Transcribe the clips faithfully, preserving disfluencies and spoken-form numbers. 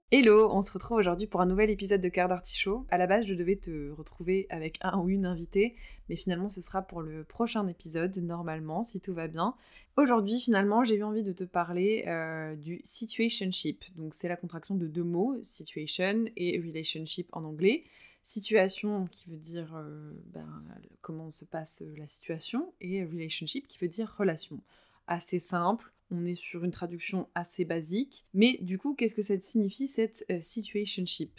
Hello, on se retrouve aujourd'hui pour un nouvel épisode de Cœur d'Artichaut. À la base, je devais te retrouver avec un ou une invitée, mais finalement ce sera pour le prochain épisode, normalement, si tout va bien. Aujourd'hui, finalement, j'ai eu envie de te parler euh, du situationship. Donc c'est la contraction de deux mots, situation et relationship en anglais. Situation qui veut dire euh, ben, comment se passe la situation, et relationship qui veut dire relation. Assez simple. On est sur une traduction assez basique, mais du coup, qu'est-ce que ça signifie cette euh, situationship ?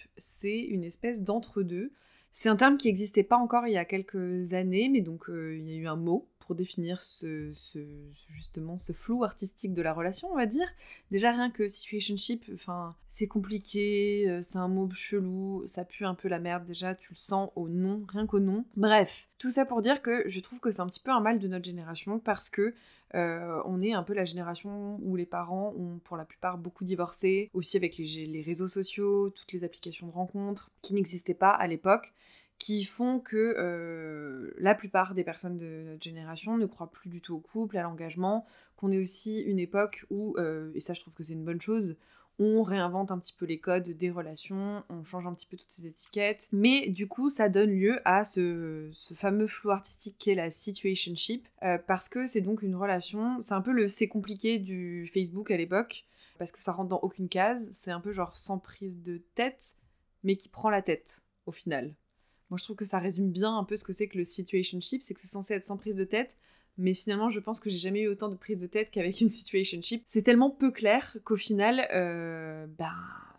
C'est une espèce d'entre-deux. C'est un terme qui n'existait pas encore il y a quelques années, mais donc euh, il y a eu un mot pour définir ce, ce, justement ce flou artistique de la relation, on va dire. Déjà rien que situationship, enfin c'est compliqué, euh, c'est un mot chelou, ça pue un peu la merde déjà, tu le sens au nom, rien qu'au nom. Bref, tout ça pour dire que je trouve que c'est un petit peu un mal de notre génération parce que Euh, on est un peu la génération où les parents ont pour la plupart beaucoup divorcé, aussi avec les, les réseaux sociaux, toutes les applications de rencontres qui n'existaient pas à l'époque, qui font que euh, la plupart des personnes de notre génération ne croient plus du tout au couple, à l'engagement, qu'on est aussi une époque où, euh, et ça je trouve que c'est une bonne chose, on réinvente un petit peu les codes des relations, on change un petit peu toutes ces étiquettes, mais du coup ça donne lieu à ce, ce fameux flou artistique qu'est la situationship, euh, parce que c'est donc une relation, c'est un peu le c'est compliqué du Facebook à l'époque, parce que ça rentre dans aucune case, c'est un peu genre sans prise de tête, mais qui prend la tête, au final. Moi je trouve que ça résume bien un peu ce que c'est que le situationship, c'est que c'est censé être sans prise de tête, mais finalement je pense que j'ai jamais eu autant de prise de tête qu'avec une situationship. C'est tellement peu clair qu'au final, euh, ben,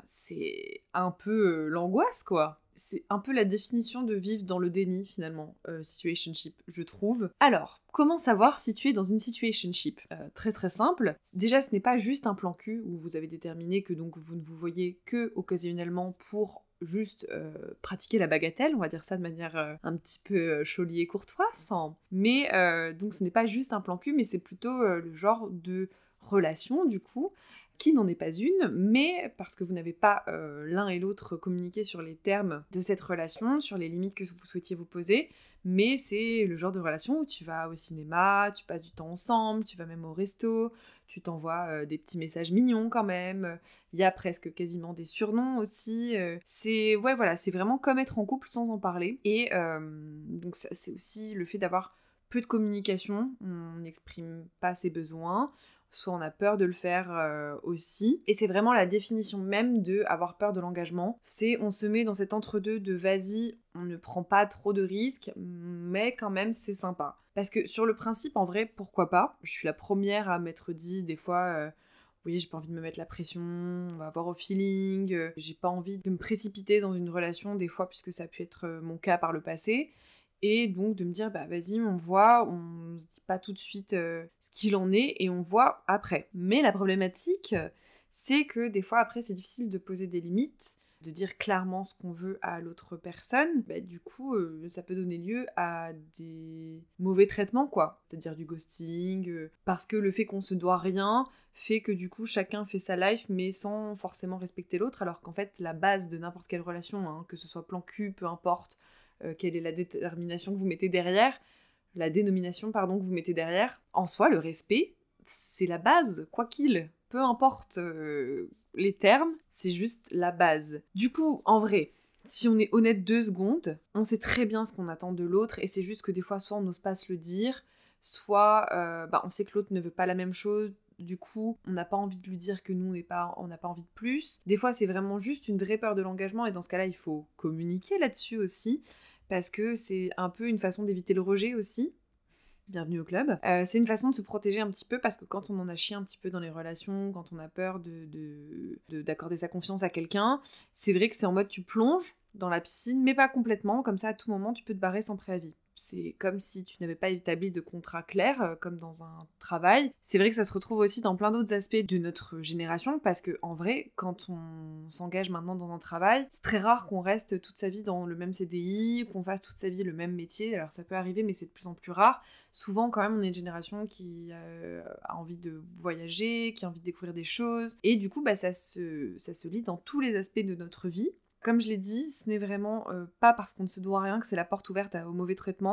c'est un peu euh, l'angoisse quoi. C'est un peu la définition de vivre dans le déni finalement, euh, situationship, je trouve. Alors, comment savoir si tu es dans une situationship ? euh, Très très simple. Déjà, ce n'est pas juste un plan cul où vous avez déterminé que donc vous ne vous voyez que occasionnellement pour juste euh, pratiquer la bagatelle, on va dire ça de manière euh, un petit peu euh, cholie et courtoise. Hein. Mais euh, donc ce n'est pas juste un plan cul, mais c'est plutôt euh, le genre de relation du coup, qui n'en est pas une, mais parce que vous n'avez pas euh, l'un et l'autre communiqué sur les termes de cette relation, sur les limites que vous souhaitiez vous poser, mais c'est le genre de relation où tu vas au cinéma, tu passes du temps ensemble, tu vas même au resto, tu t'envoies euh, des petits messages mignons quand même, il y a presque quasiment des surnoms aussi, euh, c'est, ouais voilà, c'est vraiment comme être en couple sans en parler, et euh, donc ça, c'est aussi le fait d'avoir peu de communication, on n'exprime pas ses besoins, soit on a peur de le faire euh, aussi. Et c'est vraiment la définition même de avoir peur de l'engagement. C'est on se met dans cet entre-deux de vas-y, on ne prend pas trop de risques, mais quand même c'est sympa. Parce que sur le principe, en vrai, pourquoi pas ? Je suis la première à m'être dit des fois... Euh, oui, j'ai pas envie de me mettre la pression, on va voir au feeling, euh, j'ai pas envie de me précipiter dans une relation des fois puisque ça a pu être mon cas par le passé. Et donc de me dire, bah vas-y, on voit, on se dit pas tout de suite euh, ce qu'il en est, et on voit après. Mais la problématique, c'est que des fois après, c'est difficile de poser des limites, de dire clairement ce qu'on veut à l'autre personne. Bah, du coup, euh, ça peut donner lieu à des mauvais traitements, quoi. C'est-à-dire du ghosting, euh, parce que le fait qu'on se doit rien fait que du coup, chacun fait sa life, mais sans forcément respecter l'autre, alors qu'en fait, la base de n'importe quelle relation, hein, que ce soit plan cul, peu importe, Euh, quelle est la détermination que vous mettez derrière, la dénomination, pardon, que vous mettez derrière. En soi, le respect, c'est la base, quoi qu'il. Peu importe euh, les termes, c'est juste la base. Du coup, en vrai, si on est honnête deux secondes, on sait très bien ce qu'on attend de l'autre, et c'est juste que des fois, soit on n'ose pas se le dire, soit euh, bah, on sait que l'autre ne veut pas la même chose, du coup, on n'a pas envie de lui dire que nous, on n'est pas, on n'a pas envie de plus. Des fois, c'est vraiment juste une vraie peur de l'engagement, et dans ce cas-là, il faut communiquer là-dessus aussi, parce que c'est un peu une façon d'éviter le rejet aussi. Bienvenue au club. Euh, c'est une façon de se protéger un petit peu, parce que quand on en a chié un petit peu dans les relations, quand on a peur de, de, de, d'accorder sa confiance à quelqu'un, c'est vrai que c'est en mode tu plonges dans la piscine, mais pas complètement, comme ça à tout moment tu peux te barrer sans préavis. C'est comme si tu n'avais pas établi de contrat clair, euh, comme dans un travail. C'est vrai que ça se retrouve aussi dans plein d'autres aspects de notre génération, parce que en vrai, quand on s'engage maintenant dans un travail, c'est très rare qu'on reste toute sa vie dans le même C D I, qu'on fasse toute sa vie le même métier. Alors ça peut arriver, mais c'est de plus en plus rare. Souvent, quand même, on est une génération qui euh, a envie de voyager, qui a envie de découvrir des choses, et du coup, bah, ça se, ça se lit dans tous les aspects de notre vie. Comme je l'ai dit, ce n'est vraiment euh, pas parce qu'on ne se doit rien que c'est la porte ouverte à, au mauvais traitement,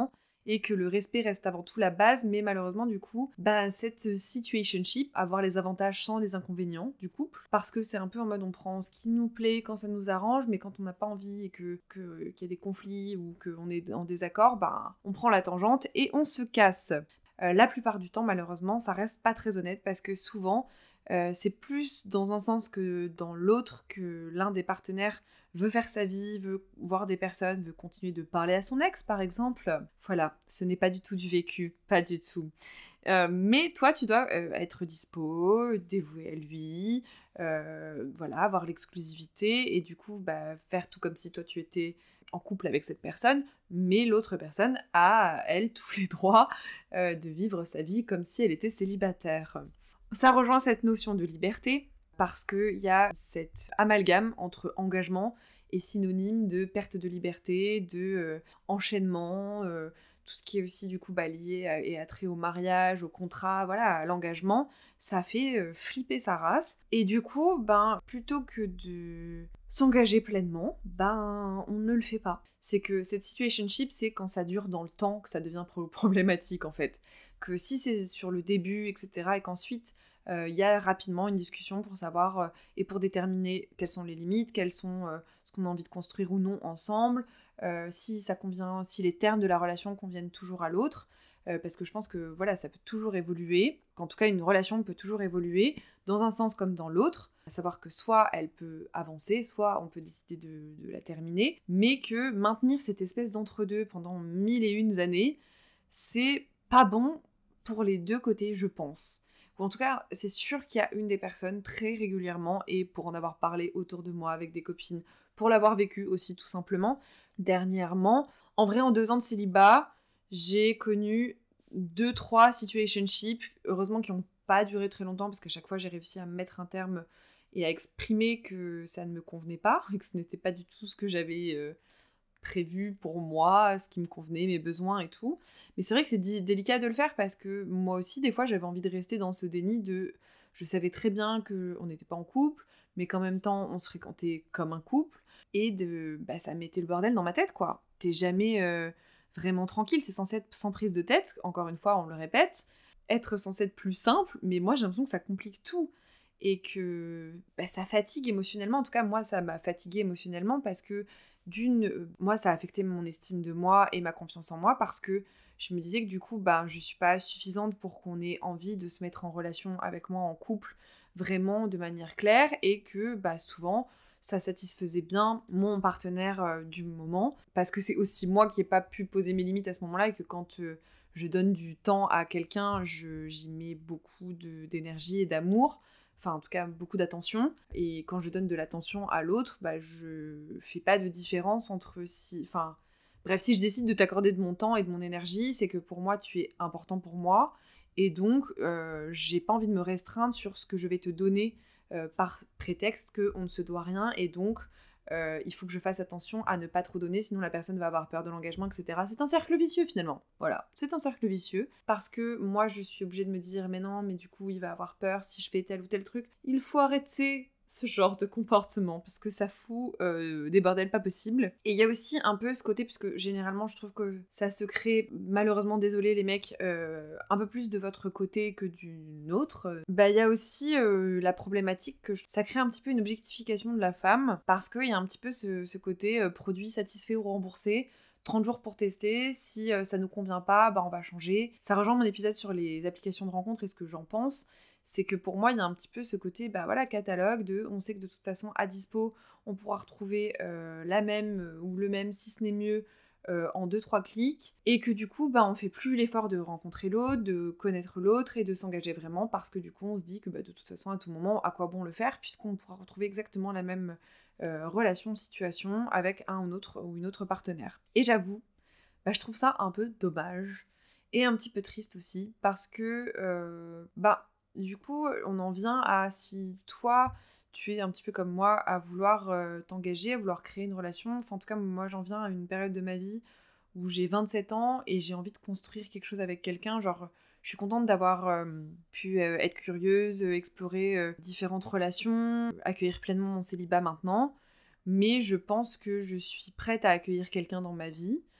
et que le respect reste avant tout la base, mais malheureusement du coup, bah cette situationship, avoir les avantages sans les inconvénients du couple, parce que c'est un peu en mode on prend ce qui nous plaît quand ça nous arrange, mais quand on n'a pas envie et que, que, qu'il y a des conflits ou qu'on est en désaccord, bah on prend la tangente et on se casse. Euh, la plupart du temps, malheureusement, ça reste pas très honnête parce que souvent, euh, c'est plus dans un sens que dans l'autre que l'un des partenaires veut faire sa vie, veut voir des personnes, veut continuer de parler à son ex, par exemple. Voilà, ce n'est pas du tout du vécu, pas du tout. Euh, mais toi, tu dois euh, être dispo, dévoué à lui, euh, voilà, avoir l'exclusivité et du coup, bah, faire tout comme si toi tu étais en couple avec cette personne, mais l'autre personne a, elle, tous les droits euh, de vivre sa vie comme si elle était célibataire. Ça rejoint cette notion de liberté, parce qu'il y a cet amalgame entre engagement et synonyme de perte de liberté, de euh, enchaînement, euh, tout ce qui est aussi du coup bah, lié à, et attrait au mariage, au contrat, voilà, à l'engagement, ça fait euh, flipper sa race. Et du coup, ben, plutôt que de s'engager pleinement, ben, on ne le fait pas. C'est que cette situationship, c'est quand ça dure dans le temps que ça devient pro- problématique en fait. Que si c'est sur le début, et cetera, et qu'ensuite il euh, y a rapidement une discussion pour savoir euh, et pour déterminer quelles sont les limites, quelles sont euh, ce qu'on a envie de construire ou non ensemble, euh, si ça convient, si les termes de la relation conviennent toujours à l'autre, euh, parce que je pense que voilà, ça peut toujours évoluer, qu'en tout cas une relation peut toujours évoluer dans un sens comme dans l'autre, à savoir que soit elle peut avancer, soit on peut décider de, de la terminer, mais que maintenir cette espèce d'entre-deux pendant mille et une années, c'est pas bon pour les deux côtés, je pense. Ou en tout cas, c'est sûr qu'il y a une des personnes très régulièrement, et pour en avoir parlé autour de moi avec des copines, pour l'avoir vécu aussi tout simplement, dernièrement, en vrai en deux ans de célibat, j'ai connu deux, trois situationships, heureusement qui n'ont pas duré très longtemps, parce qu'à chaque fois j'ai réussi à mettre un terme et à exprimer que ça ne me convenait pas, et que ce n'était pas du tout ce que j'avais euh, prévu pour moi, ce qui me convenait, mes besoins et tout. Mais c'est vrai que c'est d- délicat de le faire parce que moi aussi, des fois, j'avais envie de rester dans ce déni de... Je savais très bien qu'on n'était pas en couple, mais qu'en même temps, on se fréquentait comme un couple. Et de... Bah, ça mettait le bordel dans ma tête, quoi. T'es jamais euh, vraiment tranquille, c'est censé être sans prise de tête. Encore une fois, on le répète. Être censé être plus simple, mais moi, j'ai l'impression que ça complique tout. Et que bah, ça fatigue émotionnellement. En tout cas, moi, ça m'a fatiguée émotionnellement parce que d'une, euh, moi, ça a affecté mon estime de moi et ma confiance en moi parce que je me disais que du coup, bah, je suis pas suffisante pour qu'on ait envie de se mettre en relation avec moi en couple vraiment de manière claire et que bah, souvent, ça satisfaisait bien mon partenaire euh, du moment parce que c'est aussi moi qui n'ai pas pu poser mes limites à ce moment-là et que quand euh, je donne du temps à quelqu'un, je, j'y mets beaucoup de, d'énergie et d'amour. Enfin, en tout cas, beaucoup d'attention. Et quand je donne de l'attention à l'autre, bah, je fais pas de différence entre si... Enfin, bref, si je décide de t'accorder de mon temps et de mon énergie, c'est que pour moi, tu es important pour moi. Et donc, euh, j'ai pas envie de me restreindre sur ce que je vais te donner euh, par prétexte qu'on ne se doit rien. Et donc, euh, il faut que je fasse attention à ne pas trop donner, sinon la personne va avoir peur de l'engagement, et cetera. C'est un cercle vicieux finalement. Voilà, c'est un cercle vicieux. Parce que moi, je suis obligée de me dire, mais non, mais du coup, il va avoir peur si je fais tel ou tel truc. Il faut arrêter ce genre de comportement, parce que ça fout euh, des bordels pas possibles. Et il y a aussi un peu ce côté, puisque généralement je trouve que ça se crée, malheureusement désolé les mecs, euh, un peu plus de votre côté que du nôtre. Bah il y a aussi euh, la problématique que je... ça crée un petit peu une objectification de la femme, parce qu'il y a un petit peu ce, ce côté euh, produit satisfait ou remboursé, trente jours pour tester, si euh, ça nous convient pas, bah on va changer. Ça rejoint mon épisode sur les applications de rencontres et ce que j'en pense. C'est que pour moi, il y a un petit peu ce côté, bah voilà, catalogue de, on sait que de toute façon, à dispo, on pourra retrouver euh, la même euh, ou le même, si ce n'est mieux, euh, en deux trois clics, et que du coup, bah on fait plus l'effort de rencontrer l'autre, de connaître l'autre et de s'engager vraiment, parce que du coup, on se dit que bah, de toute façon, à tout moment, à quoi bon le faire, puisqu'on pourra retrouver exactement la même euh, relation, situation avec un ou autre ou une autre partenaire. Et j'avoue, bah, je trouve ça un peu dommage et un petit peu triste aussi, parce que euh, bah du coup, on en vient à si toi, tu es un petit peu comme moi, à vouloir euh, t'engager, à vouloir créer une relation. Enfin, en tout cas, moi, j'en viens à une période de ma vie où j'ai vingt-sept ans et j'ai envie de construire quelque chose avec quelqu'un. Genre, je suis contente d'avoir euh, pu euh, être curieuse, euh, explorer euh, différentes relations, accueillir pleinement mon célibat maintenant. Mais je pense que je suis prête à accueillir quelqu'un dans ma vie.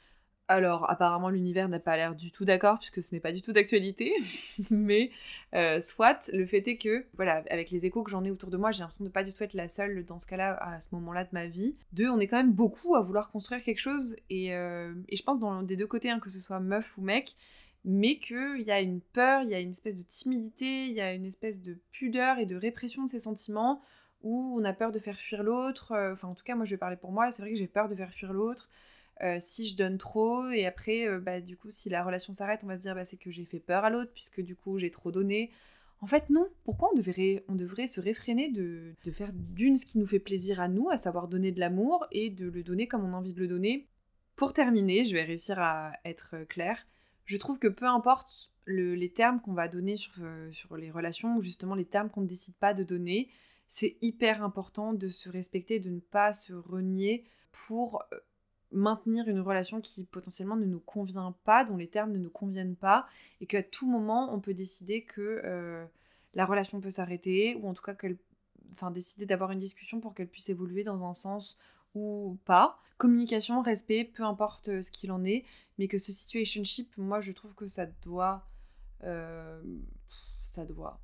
Alors, apparemment, l'univers n'a pas l'air du tout d'accord, puisque ce n'est pas du tout d'actualité, mais euh, soit, le fait est que, voilà, avec les échos que j'en ai autour de moi, j'ai l'impression de pas du tout être la seule dans ce cas-là, à ce moment-là de ma vie. Deux, on est quand même beaucoup à vouloir construire quelque chose, et, euh, et je pense dans, des deux côtés, hein, que ce soit meuf ou mec, mais qu'il y a une peur, il y a une espèce de timidité, il y a une espèce de pudeur et de répression de ses sentiments, où on a peur de faire fuir l'autre, enfin, en tout cas, moi, je vais parler pour moi, c'est vrai que j'ai peur de faire fuir l'autre. Euh, si je donne trop, et après, euh, bah, du coup, si la relation s'arrête, on va se dire bah, c'est que j'ai fait peur à l'autre, puisque du coup, j'ai trop donné. En fait, non. Pourquoi on devrait, on devrait se réfréner de, de faire d'une ce qui nous fait plaisir à nous, à savoir donner de l'amour, et de le donner comme on a envie de le donner. Pour terminer, je vais réussir à être claire. Je trouve que peu importe le, les termes qu'on va donner sur, euh, sur les relations, ou justement les termes qu'on ne décide pas de donner, c'est hyper important de se respecter, de ne pas se renier pour euh, maintenir une relation qui potentiellement ne nous convient pas, dont les termes ne nous conviennent pas, et qu'à tout moment on peut décider que euh, la relation peut s'arrêter, ou en tout cas qu'elle, enfin décider d'avoir une discussion pour qu'elle puisse évoluer dans un sens ou pas. Communication, respect, peu importe ce qu'il en est, mais que ce situationship, moi je trouve que ça doit, euh, ça doit.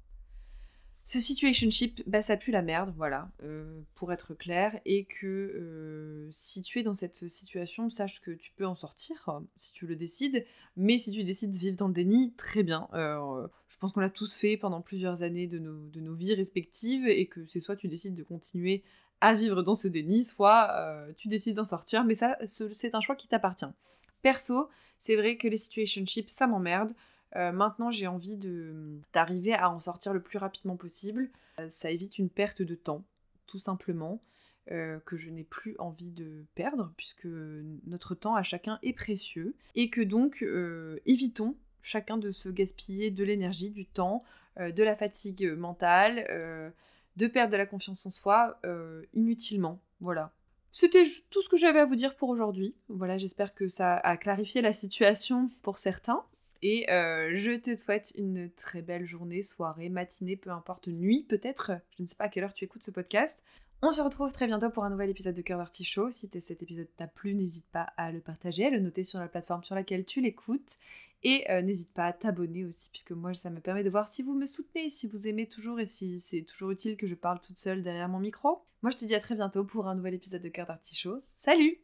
Ce situationship, bah ça pue la merde, voilà, euh, pour être clair, et que euh, si tu es dans cette situation, sache que tu peux en sortir, euh, si tu le décides, mais si tu décides de vivre dans le déni, très bien. Euh, je pense qu'on l'a tous fait pendant plusieurs années de nos, de nos vies respectives, et que c'est soit tu décides de continuer à vivre dans ce déni, soit euh, tu décides d'en sortir, mais ça, c'est un choix qui t'appartient. Perso, c'est vrai que les situationships, ça m'emmerde. Euh, maintenant, j'ai envie de, d'arriver à en sortir le plus rapidement possible. Euh, ça évite une perte de temps, tout simplement, euh, que je n'ai plus envie de perdre, puisque notre temps à chacun est précieux, et que donc, euh, évitons chacun de se gaspiller de l'énergie, du temps, euh, de la fatigue mentale, euh, de perdre de la confiance en soi euh, inutilement. Voilà. C'était tout ce que j'avais à vous dire pour aujourd'hui. Voilà, j'espère que ça a clarifié la situation pour certains. Et euh, je te souhaite une très belle journée, soirée, matinée, peu importe, nuit peut-être. Je ne sais pas à quelle heure tu écoutes ce podcast. On se retrouve très bientôt pour un nouvel épisode de Cœur d'Artichaut. Si cet épisode t'a plu, n'hésite pas à le partager, à le noter sur la plateforme sur laquelle tu l'écoutes. Et euh, n'hésite pas à t'abonner aussi, puisque moi, ça me permet de voir si vous me soutenez, si vous aimez toujours et si c'est toujours utile que je parle toute seule derrière mon micro. Moi, je te dis à très bientôt pour un nouvel épisode de Cœur d'Artichaut. Salut!